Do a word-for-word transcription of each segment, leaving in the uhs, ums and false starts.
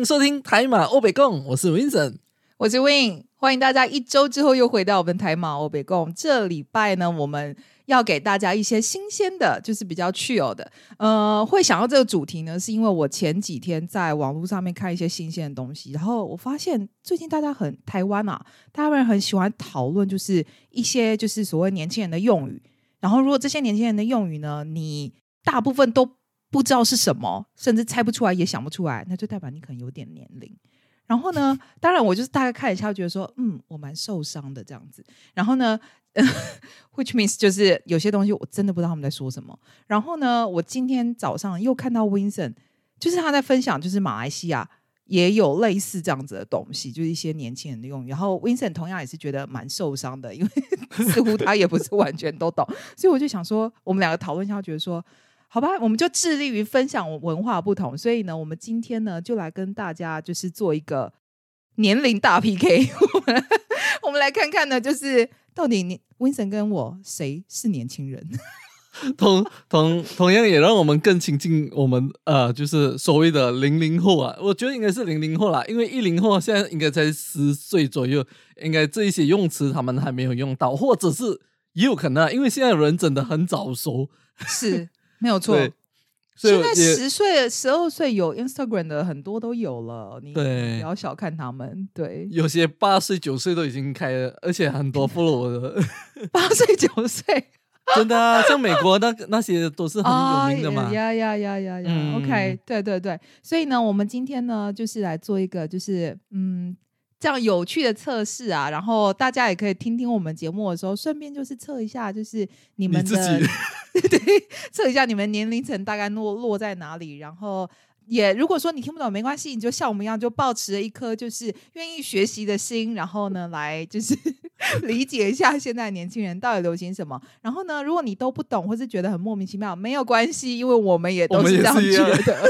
迎收听台马欧北共，我是 Vincent， 我是 Win， 欢迎大家一周之后又回到我们台马欧北共。这礼拜呢，我们要给大家一些新鲜的，就是比较 chill 的。呃，会想到这个主题呢，是因为我前几天在网络上面看一些新鲜的东西，然后我发现最近大家很台湾啊，台湾人很喜欢讨论，就是一些就是所谓年轻人的用语。然后如果这些年轻人的用语呢，你大部分都不知道是什么，甚至猜不出来也想不出来，那就代表你可能有点年龄。然后呢，当然我就是大概看一下觉得说嗯我蛮受伤的这样子。然后呢which means 就是有些东西我真的不知道他们在说什么。然后呢，我今天早上又看到 Vincent， 就是他在分享就是马来西亚也有类似这样子的东西，就是一些年轻人的用语。然后 Vincent 同样也是觉得蛮受伤的，因为似乎他也不是完全都懂。所以我就想说我们两个讨论一下，觉得说好吧，我们就致力于分享文化不同。所以呢，我们今天呢就来跟大家就是做一个年龄大 P K 我们, 我们来看看呢，就是到底你 Vincent 跟我谁是年轻人同同同样也让我们更亲近我们呃，就是所谓的零零后啊，我觉得应该是零零后啦，因为一零后现在应该才十岁左右，应该这一些用词他们还没有用到，或者是也有可能、啊，因为现在人真的很早熟， 是没有错。现在十岁、十二岁有 Instagram 的很多都有了，你不要小看他们。对， 有些八岁、九岁都已经开了，而且很多 follow 的。 八岁、九岁， 真的啊，像美国那那些都是很有名的嘛。 呀呀呀呀呀 ！OK， 对对对，所以呢，我们今天呢，就是来做一个，就是嗯。这样有趣的测试啊，然后大家也可以听听我们节目的时候，顺便就是测一下，就是你们的你自己对，测一下你们年龄层大概落落在哪里。然后也如果说你听不懂没关系，你就像我们一样，就抱持了一颗就是愿意学习的心，然后呢，来就是理解一下现在年轻人到底流行什么。然后呢，如果你都不懂或是觉得很莫名其妙，没有关系，因为我们也都是这样觉得。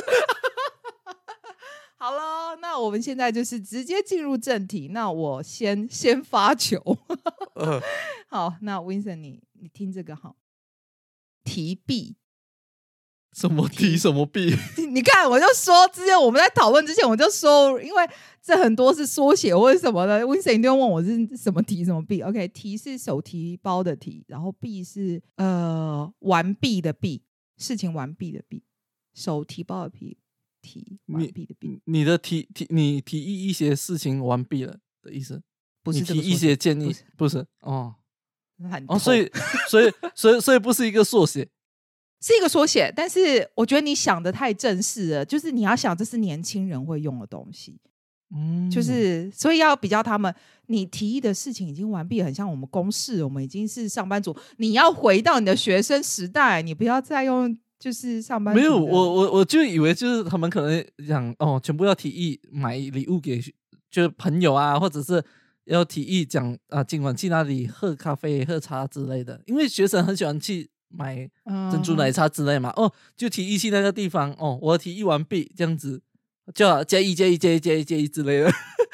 好了，那我们现在就是直接进入正题。那我先先发球。呃、好，那 Vincent 你你听这个好。提币， 什么提什么币？ 你看，我就说之前我们在讨论之前我就说，因为这很多是缩写或者什么的 ，Vincent 一定问我是什么提什么币。OK， 提是手提包的提，然后币是呃完毕的毕，事情完毕的毕，手提包的毕。提完毕的毕， 你的提提你提议一些事情完毕了的意思， 不是你提一些建议， 不是不是哦哦， 所以所以所以所以不是一个缩写， 是一个缩写，但是我觉得你想的太正式了，就是你要想这是年轻人会用的东西，嗯，就是所以要比较他们，你提议的事情已经完毕，很像我们公事，我们已经是上班族，你要回到你的学生时代，你不要再用。就是上班没有，我我我就以为就是他们可能讲哦，全部要提议买礼物给就是朋友啊，或者是要提议讲啊，今晚去那里喝咖啡、喝茶之类的，因为学生很喜欢去买珍珠奶茶之类嘛。嗯、哦，就提议去那个地方哦，我提议完毕这样子，就好加一加一加一加一加一之类的。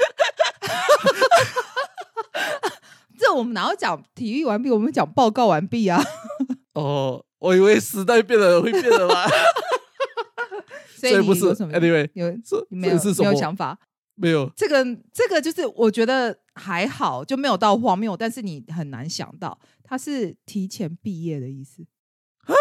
这我们哪有讲体育完毕，我们讲报告完毕啊。 哦。我以为时代变了会变了吧。 所以不是 anyway 有没有没有想法？ 没有，这个这个就是我觉得还好，就没有到荒谬，但是你很难想到它是提前毕业的意思啊。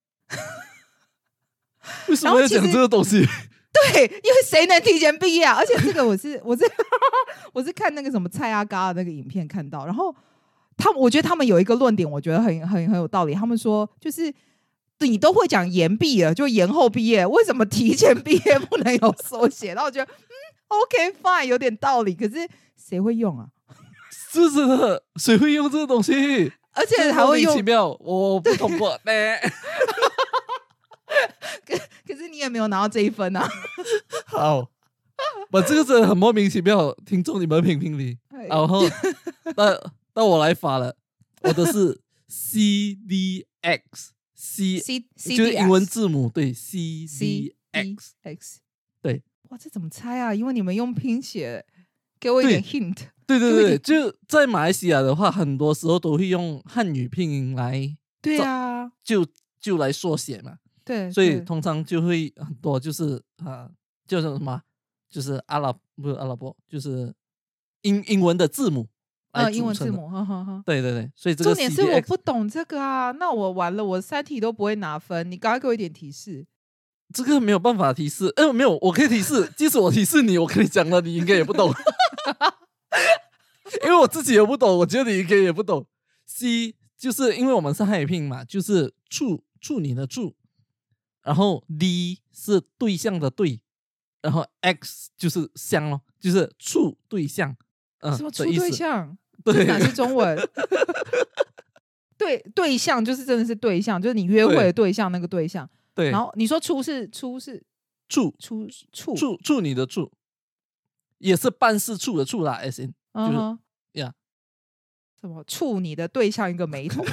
为什么要讲这个东西？ 对，因为谁能提前毕业啊？而且这个我是我是我是看那个什么蔡阿嘎的那个影片看到，然后他们我觉得他们有一个论点，我觉得很很很有道理。他们说，就是你都会讲延毕了，就延后毕业，为什么提前毕业不能有缩写？然后我觉得，嗯 ，OK fine， 有点道理。可是谁会用啊？ 是真的，谁会用这个东西？ 而且还会用， 莫名其妙，我不通过。 可可是你也没有拿到这一分啊。 好，把这个真的很莫名其妙，听众你们评评理。然后，那那我来发了，我的是 C D X，C C 就是英文字母，对 C D X X， 对。 哇，这怎么猜啊？因为你们用拼写，给我一点 hint。 对对对，就在马来西亚的话，很多时候都会用汉语拼音来， 对啊， 就就来缩写嘛。 对， 所以通常就会很多就是啊、呃，叫什么就是阿拉不是阿拉伯，就是英英文的字母。 呃，英文字母，呵呵呵。 对对对，所以这个重点是我不懂这个啊，那我完了，我三题都不会拿分。你赶快给我一点提示。 这个没有办法提示，哎，没有，我可以提示。即使我提示你，我跟你讲了，你应该也不懂，因为我自己也不懂，我觉得你应该也不懂。C 就是因为我们是汉语拼音嘛，就是处处你的处，然后 D 是对象的对，然后 X 就是象咯，就是处对象。嗯， 什么处对象？ 对， 哪是中文？对，对象就是真的是对象，就是你约会的对象那个对象。 对， 然后你说处是处是处处处处处你的处，也是办事处的处啦 ，S N 就是呀， 什么处你的对象一个眉头。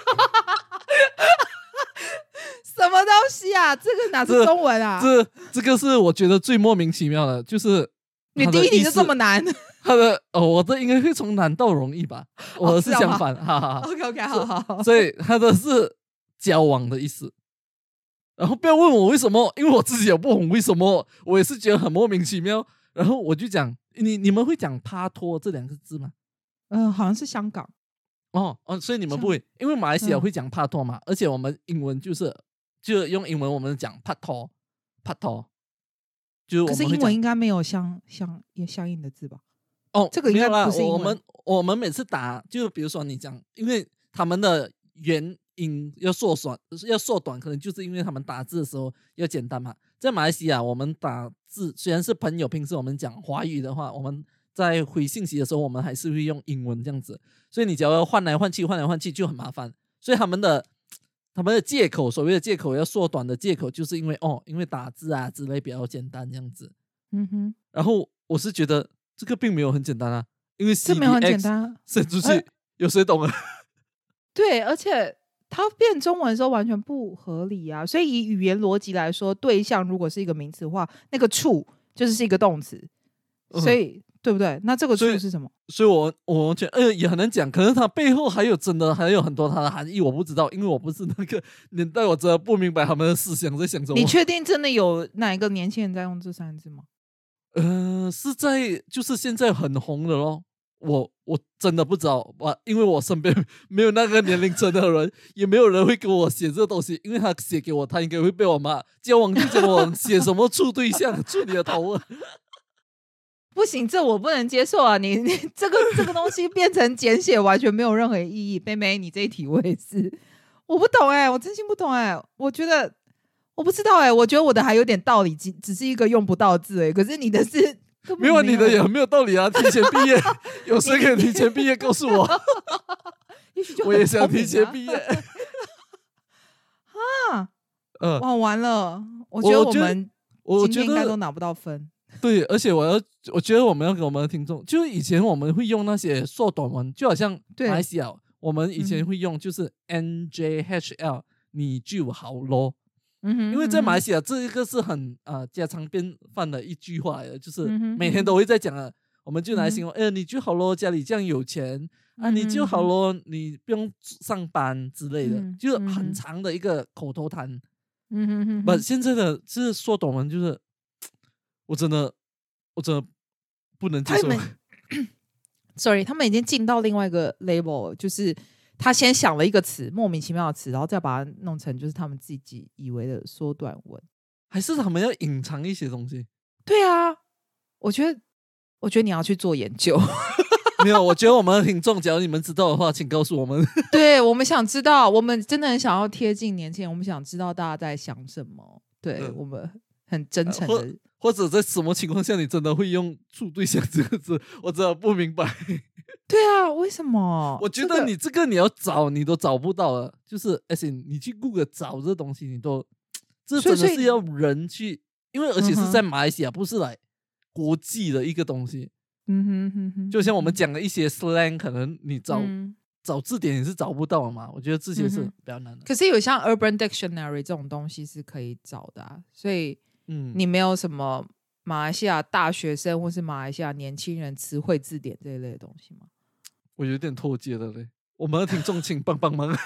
什么东西啊？这个哪是中文啊？ 这这个是我觉得最莫名其妙的，就是你第一题就这么难。 他的哦，我的应该会从难到容易吧，我的是相反，哈哈。 OK OK， 好好。 所以他的是交往的意思。然后不要问我为什么，因为我自己也不懂为什么，我也是觉得很莫名其妙。然后我就讲，你你们会讲帕托这两个字吗？ 嗯、呃，好像是香港。 哦哦，所以你们不会，因为马来西亚会讲帕托嘛，嗯、而且我们英文就是就用英文我们讲帕托，帕托。就是我们可是英文应该没有相相相应的字吧？ 哦， 这个应该不是英文。 我们我们每次打，就比如说你讲，因为他们的元音要缩短，要缩短，可能就是因为他们打字的时候要简单嘛。在马来西亚，我们打字虽然是朋友，平时我们讲华语的话，我们在回信息的时候，我们还是会用英文这样子。所以你只要换来换去，换来换去就很麻烦。所以他们的他们的借口，所谓的借口要缩短的借口，就是因为哦，因为打字啊之类比较简单这样子。 嗯哼。 然后我是觉得这个并没有很简单啊，因为 C D X 这没有很简单， 伸出去、呃、有谁懂啊？ 对，而且它变中文的时候完全不合理啊。所以以语言逻辑来说，对象如果是一个名词的话，那个处就是是一个动词，所以、嗯、对不对？那这个处是什么？ 所以我我觉得呃也很难讲，可能它背后还有真的还有很多它的含义，我不知道，因为我不是那个年代，我真的不明白他们的思想在想什么。 你确定真的有哪一个年轻人在用这三个字吗？ 呃，是在就是现在很红的咯。我我真的不知道，我因为我身边没有那个年龄层的人，也没有人会给我写这个东西，因为他写给我，他应该会被我骂。交往就叫我写什么处对象，处你的头啊！ 不行，这我不能接受啊！你你这个这个东西变成简写，完全没有任何意义。妹妹，你这一题我也是，我不懂哎、欸，我真心不懂哎、欸，我觉得。我不知道哎、欸，我觉得我的还有点道理，只只是一个用不到的字哎、欸，可是你的是没有，没有你的也很没有道理啊！提前毕业，有谁可以提前毕业？告诉我，我也想提前毕业啊！嗯，哇，完了，我觉得我们今天应该都拿不到分。 对，而且我要，我觉得我们要给我们的听众，就是以前我们会用那些缩短文，就好像马来西亚，我们以前会用就是 N J H L，、嗯、你就好咯。 嗯哼， 因为在马来西亚，这一个是很呃家常便饭的一句话来的，就是每天都会在讲的。我们就来形容，哎、嗯，你就好咯，家里这样有钱啊，你就好咯，你不用上班之类的，嗯、就是很长的一个口头禅。 嗯哼哼， 不，现在的是缩短文，就是我真的，我真的不能接受。 Sorry， 他们已经进到另外一个 label， 就是。他先想了一个词，莫名其妙的词，然后再把它弄成就是他们自己以为的缩短文， 还是他们要隐藏一些东西？ 对啊，我觉得，我觉得你要去做研究。 没有，我觉得我们的听众，假如你们知道的话，请告诉我们。 对，我们想知道，我们真的很想要贴近年轻人，我们想知道大家在想什么。对、嗯、我们很真诚的、呃或，或者在什么情况下你真的会用“处对象”这个字，我真的不明白。 对啊，为什么？ 我觉得你这个你要找你都找不到了，就是而且你去 Google 找这东西，你都这真的是要人去，因为而且是在马来西亚，不是来国际的一个东西。 嗯哼哼哼， 就像我们讲的一些 slang， 可能你找、嗯、找字典也是找不到的嘛。我觉得这些是比较难的。 可是有像 Urban Dictionary 这种东西是可以找的、啊，所以嗯，你没有什么马来西亚大学生或是马来西亚年轻人词汇字典这一类的东西吗？ 我有点脱节了嘞，我们的听众请帮帮忙。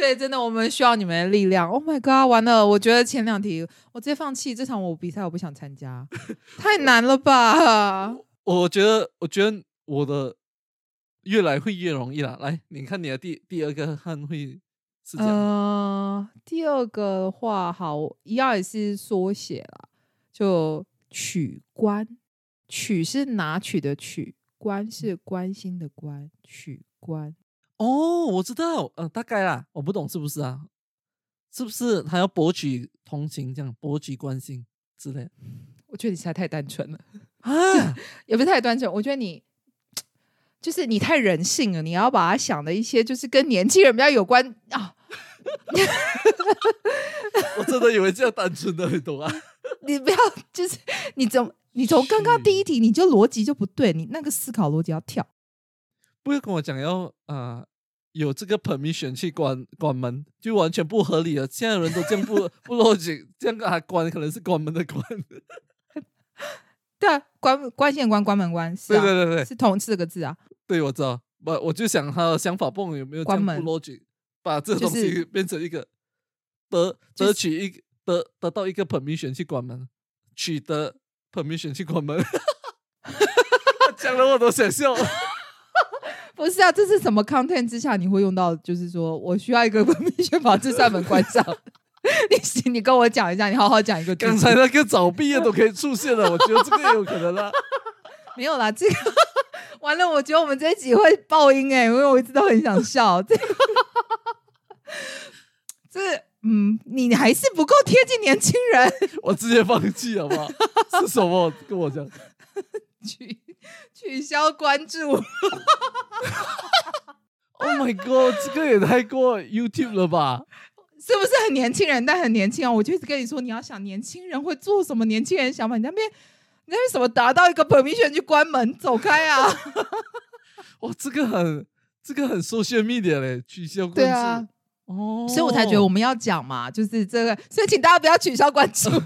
对，真的，我们需要你们的力量。Oh my god， 完了！我觉得前两题我直接放弃这场我比赛，我不想参加，太难了吧？ 我觉得，我觉得我的越来会越容易了。来，你看你的第第二个汉会是这样的。 呃，第二个的话，好，一样也是缩写啦，就取关，取是拿取的取，关是关心的关，取关。 哦，我知道，呃，大概啦，我不懂是不是啊？是不是他要博取同情，这样博取关心之类的？ 我觉得你实在太单纯了啊， 也不是太单纯，我觉得你就是你太人性了，你要把它想的一些就是跟年轻人比较有关啊。 我真的以为这样单纯的，你懂啊？ 你不要，就是你从你从刚刚第一题你就逻辑就不对，你那个思考逻辑要跳。 不要跟我讲要啊、呃、有这个 permission 去关关门，就完全不合理了。现在人都这样不不 logic， 这样还关可能是关门的关。 对啊，关关线关关门关是啊， 对对对对， 是同四个字啊。 对，我知道。不，我就想他的想法不懂有没有这样不 logic，把这个东西变成一个得得取一个得得到一个 permission 去关门，取得 permission 去关门。讲了我都想笑。 不是啊，这是什么 content 之下你会用到？就是说我需要一个 permission 把这扇门关上。你你跟我讲一下，你好好讲一个。 刚才那个早毕业都可以出现了，我觉得这个也有可能啦。 没有啦，这个完了，我觉得我们这一集会爆音哎、欸，因为我一直都很想笑。这个这嗯，你还是不够贴近年轻人。 我直接放弃好不好？是什么？跟我讲。 取取消关注。 Oh my god， 这个也太过 YouTube 了吧？ 是不是很年轻人？但很年轻啊！我就一直跟你说，你要想年轻人会做什么，年轻人想法，你那边你那边什么达到一个 permission 去关门，走开啊！ 哇，这个很这个很 social media 嘞，取消关注。 对啊， 哦， 所以我才觉得我们要讲嘛，就是这个，所以请大家不要取消关注。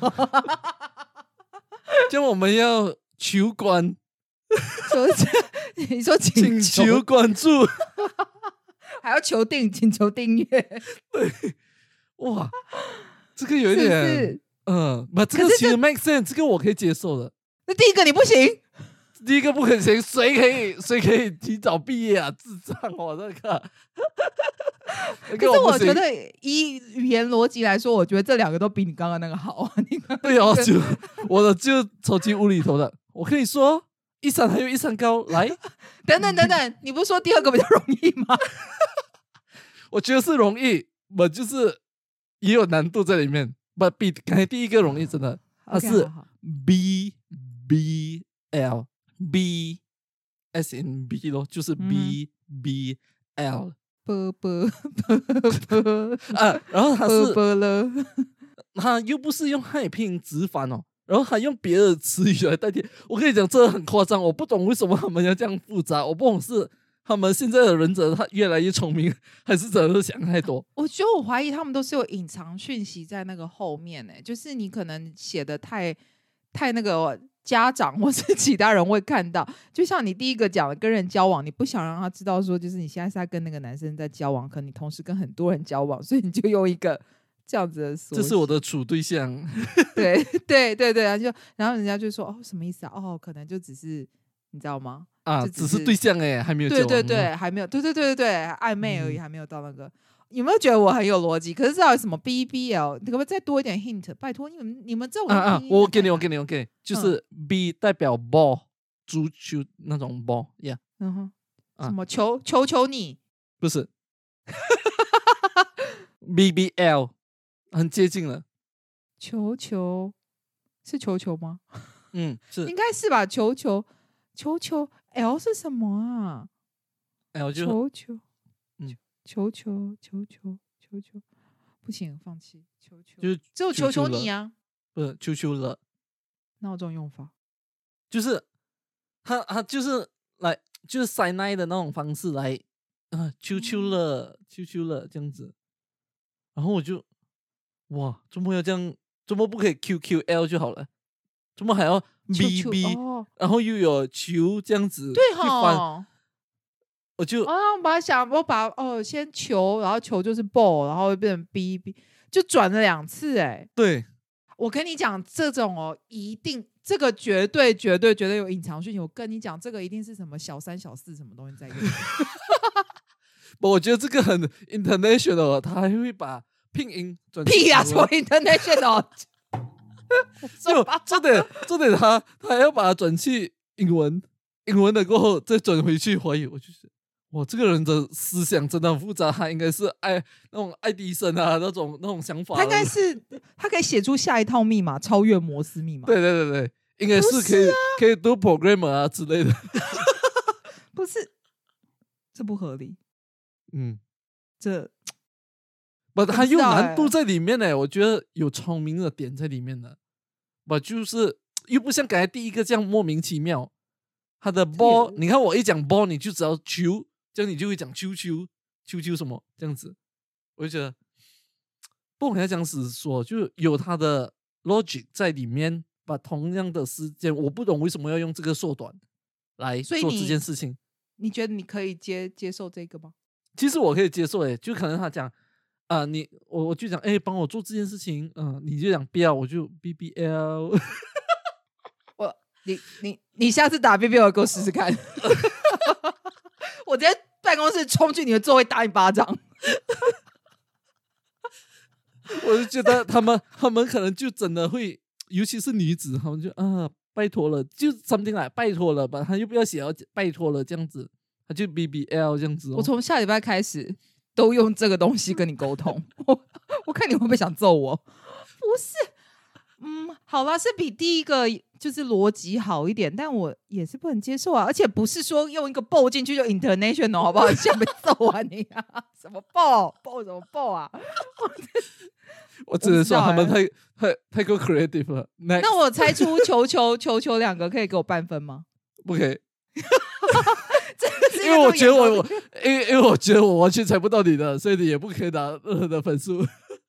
就我们要求关， 说你说请请求关注， 还要求订，请求订阅。 对，哇，这个有一点，嗯，不，这个其实 make sense， 这个我可以接受的。 那第一个你不行， 第一个不可行，谁可以谁可以提早毕业啊？智障哦，那个。 可是我觉得以语言逻辑来说，我觉得这两个都比你刚刚那个好。你刚刚对哦，就我的就超级无厘头的。我跟你说，一山还有一山高，来， 等等等等，你不是说第二个比较容易吗？ 我觉得是容易，我就是也有难度在里面，不比刚才第一个容易，真的，它是 okay, 好好 B B L B S in B 咯，就是 B B L。 啵啵啵啵啊，然后他是啵了， 他又不是用汉语拼音直翻哦，然后他用别的词语来代替。我跟你讲，这很夸张，我不懂为什么他们要这样复杂，我不懂是他们现在的忍者他越来越聪明，还是真的是想太多。 我觉得我怀疑他们都是有隐藏讯息在那个后面呢、欸，就是你可能写的太太那个。家长或是其他人会看到，就像你第一个讲的跟人交往，你不想让他知道说就是你现在是在跟那个男生在交往，可能你同时跟很多人交往，所以你就用一个这样子的说， 这是我的处对象。 对对对对啊，就然后人家就说哦什么意思啊？哦可能就只是你知道吗？ 啊， 只 是, 只是对象哎、欸，还没有交往。 对对对，还没有，对对对对对，暧昧而已，嗯、还没有到那个。有没有觉得我很有逻辑？可是到底什么 B B L？ 你可不可以再多一点 hint？ 拜托你们，你们这种啊啊！我给你，我给你，我给你，就是 B 代表 ball， 足球那种 ball，yeah。 嗯哼，什么求求求你？ 不是，B B L 很接近了。 球球是球球吗？ 嗯，是， 应该是吧？球球球球 L 是什么啊 ？L 就球球， 嗯。 球球球球球球，不行，放弃球球， 就只有求求你啊！ 不是求求了， 哪有这种用法？ 就是他他就是来就是塞奶的那种方式来啊，求求了，求求了这样子。然后我就哇，怎么要这样？怎么不可以 Q Q L 就好了？怎么还要 B B？、哦、然后又有球这样子？ 对哈。 我就啊，我把它想，我把哦先球，然后球就是 ball， 然后会变成 b b， 就转了两次哎、欸。 对， 我跟你讲，这种哦，一定这个绝对绝对绝对有隐藏讯息。我跟你讲，这个一定是什么小三小四什么东西在用。 我觉得这个很 international， 他还会把拼音转屁呀、啊，什么 international？ 就这点这点他他还要把它转去英文，英文的过后再转回去华语，我就是哇，这个人的思想真的很复杂，他应该是爱那种爱迪生啊那种那种想法， 他应该是他可以写出下一套密码，超越摩斯密码。 对对对对，应该是可以、啊、可以读 programmer 啊之类的。 不是，这不合理。 嗯， 这不，他有难度在里面呢、欸，我觉得有聪明的点在里面的。不，就是又不像刚才第一个这样莫名其妙。他的 ball， 你看我一讲 ball， 你就只要球，这样你就会讲球球球球什么这样子，我就觉得，不管他讲是说，就有他的 logic 在里面。把同样的时间，我不懂为什么要用这个缩短来做这件事情。 你, 你觉得你可以接接受这个吗？ 其实我可以接受，哎，就可能他讲啊、呃，你我我就讲，哎，帮我做这件事情，嗯、呃，你就讲不要，我就 B B L。 我你你你下次打 B B L 给我试试看。我直接办公室冲去你的座位打你巴掌。 我就觉得他们他们可能就真的会。尤其是女子，他们就啊，拜托了，就 something like 拜托了吧，他又不要写要拜托了这样子，他就 B B L 这样子、哦。 我从下礼拜开始都用这个东西跟你沟通，我我看你会不会想揍我？不是，嗯，好啦，是比第一个就是逻辑好一点，但我也是不能接受啊，而且不是说用一个 ball 进去就 international 好不好？想被揍啊你啊？什么 ball ball 什么 ball 啊？ 我只能说他们太太太够 creative 了。 那我猜出球球球球两个可以给我半分吗？ 不可以。因为我觉得我我因为因为我觉得我完全猜不到你的，所以你也不可以拿任何的分数。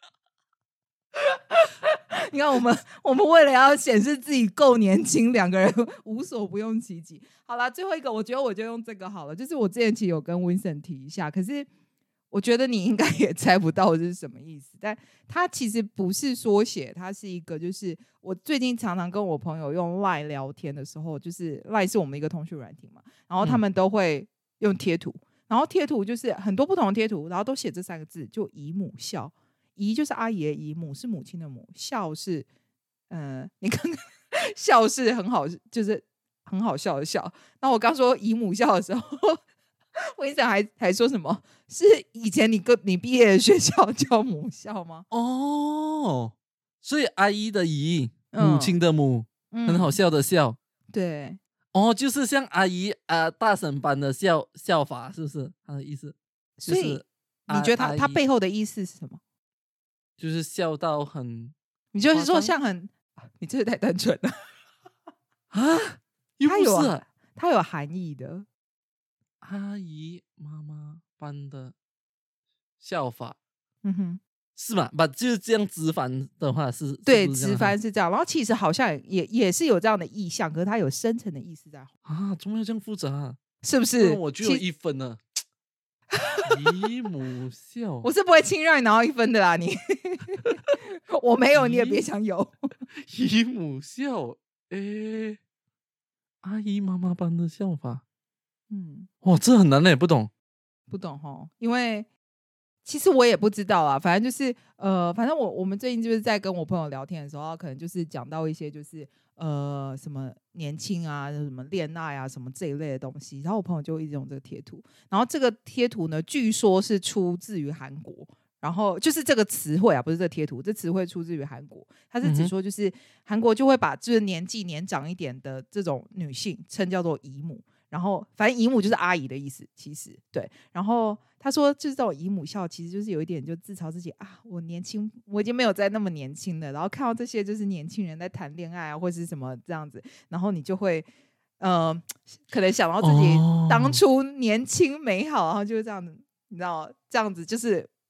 你看我们我们为了要显示自己够年轻，两个人无所不用其极。好啦，最后一个我觉得我就用这个好了，就是我之前其实有跟 Vincent 提一下，可是我觉得你应该也猜不到这是什么意思，但它其实不是缩写，它是一个，就是我最近常常跟我朋友用 LINE 聊天的时候，就是 LINE 是我们一个通讯软体嘛，然后他们都会用贴图，然后贴图就是很多不同的贴图，然后都写这三个字，就姨母笑。姨就是阿姨的姨，母是母亲的母，笑是呃，你看看笑是很好，就是很好笑的笑。那我刚说姨母笑的时候。我一想还还说什么？是以前你跟你毕业的学校叫母校吗？ 哦，所以阿姨的姨，嗯、母亲的母、嗯，很好笑的笑。 对， 哦，就是像阿姨啊、呃、大婶般的笑笑法，是不是他的意思？ 所以、就是、你觉得他他背后的意思是什么？ 就是笑到很， 你就是说像很，你这个太单纯了啊！又不是、啊， 它有它有含义的。 阿姨妈妈般的笑法， 嗯哼， 是吗？把就是这样直翻的话是， 对，直翻是这样。然后其实好像也也是有这样的意象，可是它有深层的意思在啊，怎么有这样复杂、啊？ 是不是？ 我就有一分了。姨母笑， 我是不会轻让你拿到一分的啦，你我没有，你也别想有。 姨母笑，诶，阿姨妈妈般的笑法。嗯，哇，这很难嘞，不懂， 不懂齁，因为其实我也不知道啊，反正就是呃，反正我我们最近就是在跟我朋友聊天的时候，可能就是讲到一些就是呃什么年轻啊、什么恋爱啊、什么这一类的东西，然后我朋友就一直用这个贴图，然后这个贴图呢，据说是出自于韩国。然后就是这个词汇啊，不是这个贴图，这词汇出自于韩国，它是指说就是韩国就会把就是年纪年长一点的这种女性称叫做姨母。然后反正姨母就是阿姨的意思，其实对。然后他说就是这种姨母笑其实就是有一点就自嘲自己啊，我年轻，我已经没有再那么年轻了，然后看到这些就是年轻人在谈恋爱啊或是什么这样子，然后你就会呃可能想到自己当初年轻美好，然后就是这样子，你知道这样子就是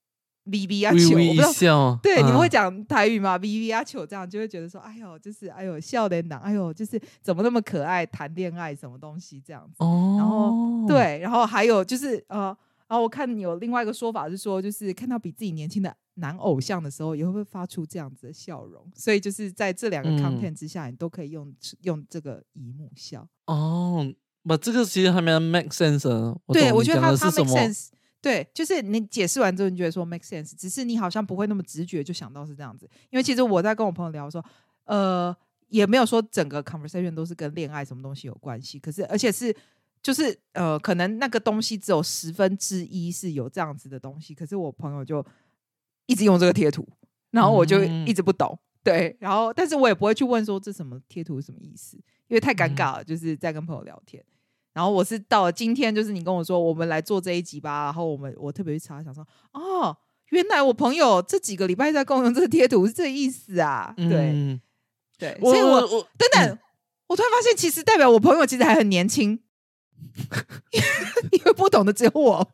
微微啊球， 微微笑， 对， 啊、 你们会讲台语吗？微微啊球这样就会觉得说，哎呦，就是哎呦笑脸党，哎呦，就是怎么那么可爱，谈恋爱什么东西这样子。 哦， 然后对，然后还有就是呃，然后我看有另外一个说法是说，就是看到比自己年轻的男偶像的时候，也会发出这样子的笑容。所以就是在这两个 content 之下，嗯、你都可以用用这个姨母笑。 哦，不，这个其实还蛮 make sense 的。我对，我觉得它它 make sense。对，就是你解释完之后，你觉得说 make sense， 只是你好像不会那么直觉就想到是这样子。因为其实我在跟我朋友聊说，呃，也没有说整个 conversation 都是跟恋爱什么东西有关系，可是而且是就是呃，可能那个东西只有十分之一是有这样子的东西，可是我朋友就一直用这个贴图，然后我就一直不懂。嗯、对，然后但是我也不会去问说这什么贴图是什么意思，因为太尴尬了，嗯、就是在跟朋友聊天。然后我是到了今天，就是你跟我说我们来做这一集吧，然后我们我特别去查，想说哦，原来我朋友这几个礼拜在共用这个贴图是这个意思啊，对、嗯、对，所以我, 我, 我等等、嗯，我突然发现其实代表我朋友其实还很年轻，因为不懂的只有我。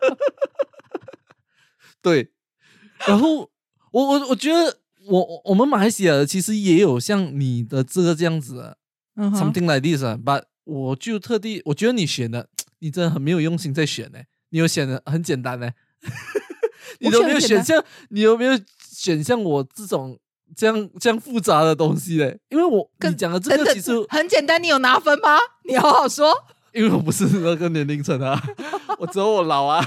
对，然后我我我觉得我我们马来西亚其实也有像你的这个这样子的、嗯、something like this 啊 ，but我就特地，我觉得你选的，你真的很没有用心在选呢、欸。你有选的很简单呢、欸，你都没有选像，你有没有选像我这种这样这样复杂的东西嘞、欸？因为我你讲的这个其实很简单，你有拿分吗？你好好说。 因为我不是那个年龄层啊，我只有我老啊。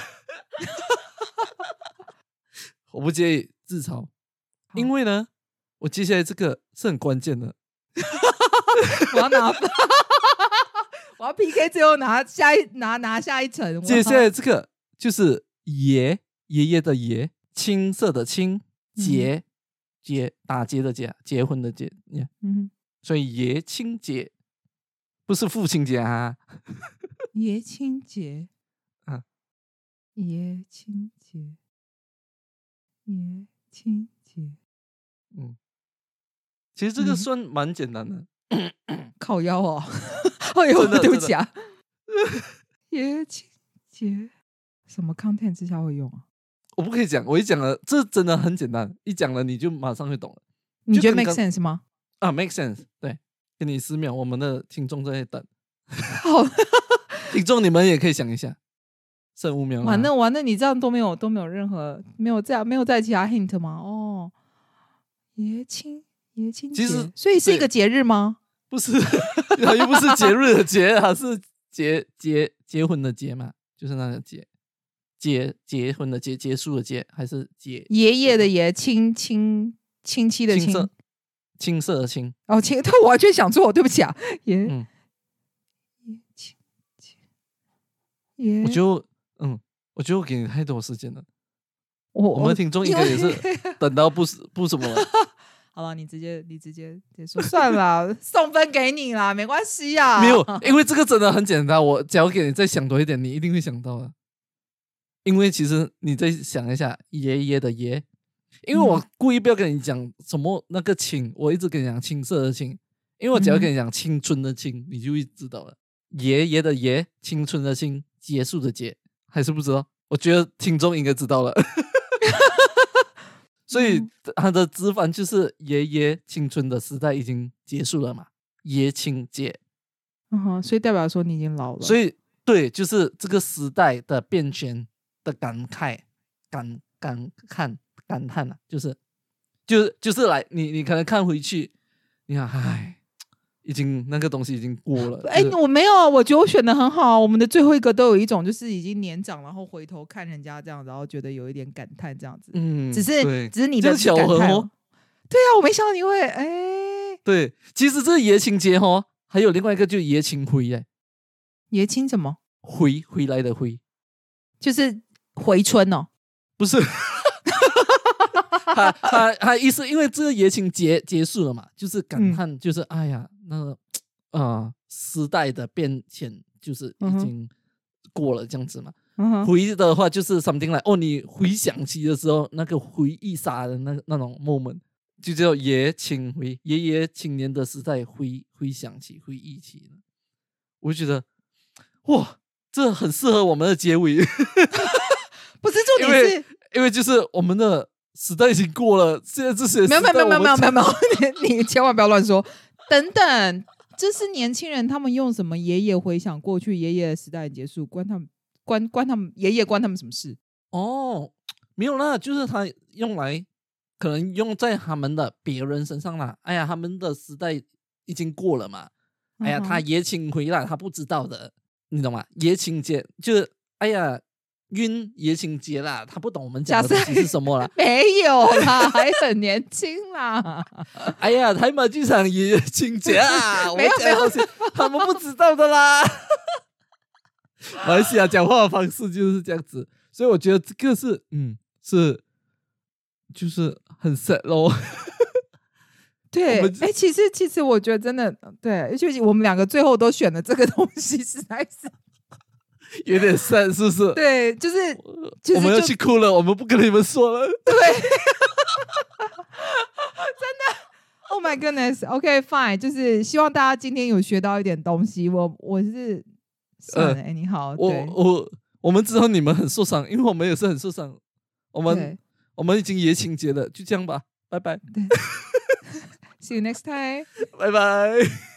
我不介意自嘲，因为呢，我接下来这个是很关键的。 我要拿分。我要 P K 最后拿下一拿拿下一层。 接下来这个就是爷爷爷的爷，青色的青，结、嗯、结打结的结，结婚的结，嗯，所以爷青结不是父亲节啊。 爷青结啊，爷青结，爷青结， 嗯，其实这个算蛮简单的。 嗯、靠腰哦。哎呦，对不起啊！爷青结什么 content 之下会用啊？ 我不可以讲，我一讲了，这真的很简单，一讲了你就马上会懂了。 你觉得 make sense 吗？ 啊 ，make sense， 对，给你十秒，我们的听众在等。 好， 听众你们也可以想一下，剩五秒了。 完了完了，你这样都没有都没有任何没有再没有再其他 hint 吗？哦，爷青爷青节，其实所以是一个节日吗？ 不是，它又不是节日的节，它是结结结婚的结嘛，就是那个结结结婚的结，结束的结，还是结爷爷的爷，亲亲亲戚的亲， 青色的青。 哦，青，我完全想错，对不起啊，爷嗯， 爷亲亲爷， 我就嗯，我觉得我给你太多时间了， 我我们的听众应该也是等到不不什么了。 好了，你直接你直接直接说算了，送分给你啦，没关系啊。 没有，因为这个真的很简单，我只要给你再想多一点，你一定会想到的。因为其实你再想一下，爷爷的爷，因为我故意不要跟你讲什么那个青，我一直跟你讲青色的青，因为我只要跟你讲青春的青，你就会知道了。爷爷的爷，青春的青，结束的结，还是不知道？我觉得听众应该知道了。所以他的直翻就是爷爷青春的时代已经结束了嘛，爷青结， 嗯哼，所以代表说你已经老了。 所以对，就是这个时代的变迁的感慨、感感叹、感叹啊，就是就是就是来你你可能看回去，你看，唉，已经那个东西已经过了。 哎、就是，我没有，我觉得我选的很好。我们的最后一个都有一种就是已经年长，然后回头看人家这样，然后觉得有一点感叹这样子。 嗯， 只是只是你的感巧合哦。 对啊，我没想到你会哎。 对，其实这爷青节哦，还有另外一个就爷青回哎。 爷青什么？ 回回来的回， 就是回春哦。 不是。他他他意思，因为这个爷青结结束了嘛，就是感叹，嗯、就是哎呀，那个啊、呃，时代的变迁就是已经过了这样子嘛。嗯、回忆的话，就是 something like 哦，你回想起的时候，那个回忆杀的那那种 moment， 就叫爷青回，爷爷青年的时代回回想起、回忆起了。我就觉得，哇，这很适合我们的结尾。 不是重点是。 因为就是我们的时代已经过了，现在这些没有没有没有没有没有没有没有，你你千万不要乱说。等等，这是年轻人他们用什么爷爷回想过去，爷爷的时代结束，关他们关关他们爷爷关他们什么事？ 哦，没有啦，就是他用来可能用在他们的别人身上啦。哎呀，他们的时代已经过了嘛。哎呀，他爷请回来，他不知道的，你懂吗？爷请节就是哎呀。晕爷青节啦，他不懂我们讲的东西是什么啦。 没有啦，还很年轻啦。 哎呀，台马剧场爷青节啊， 没有没有， 他们不知道的啦。马来西亚讲话的方式就是这样子，所以我觉得这个是嗯是就是很 sad 咯。 对，哎、欸，其实其实我觉得真的对，而且我们两个最后都选了这个东西，实在是。 有点sad，是不是？ 对，就是我们要去哭了，我们不跟你们说了。 对，真的 ，Oh my goodness，OK fine， 就是希望大家今天有学到一点东西。我我是算了，哎、呃欸，你好， 我对我我们知道你们很受伤，因为我们也是很受伤。我们我们已经爷青节了，就这样吧，拜拜。 See you next time， 拜拜。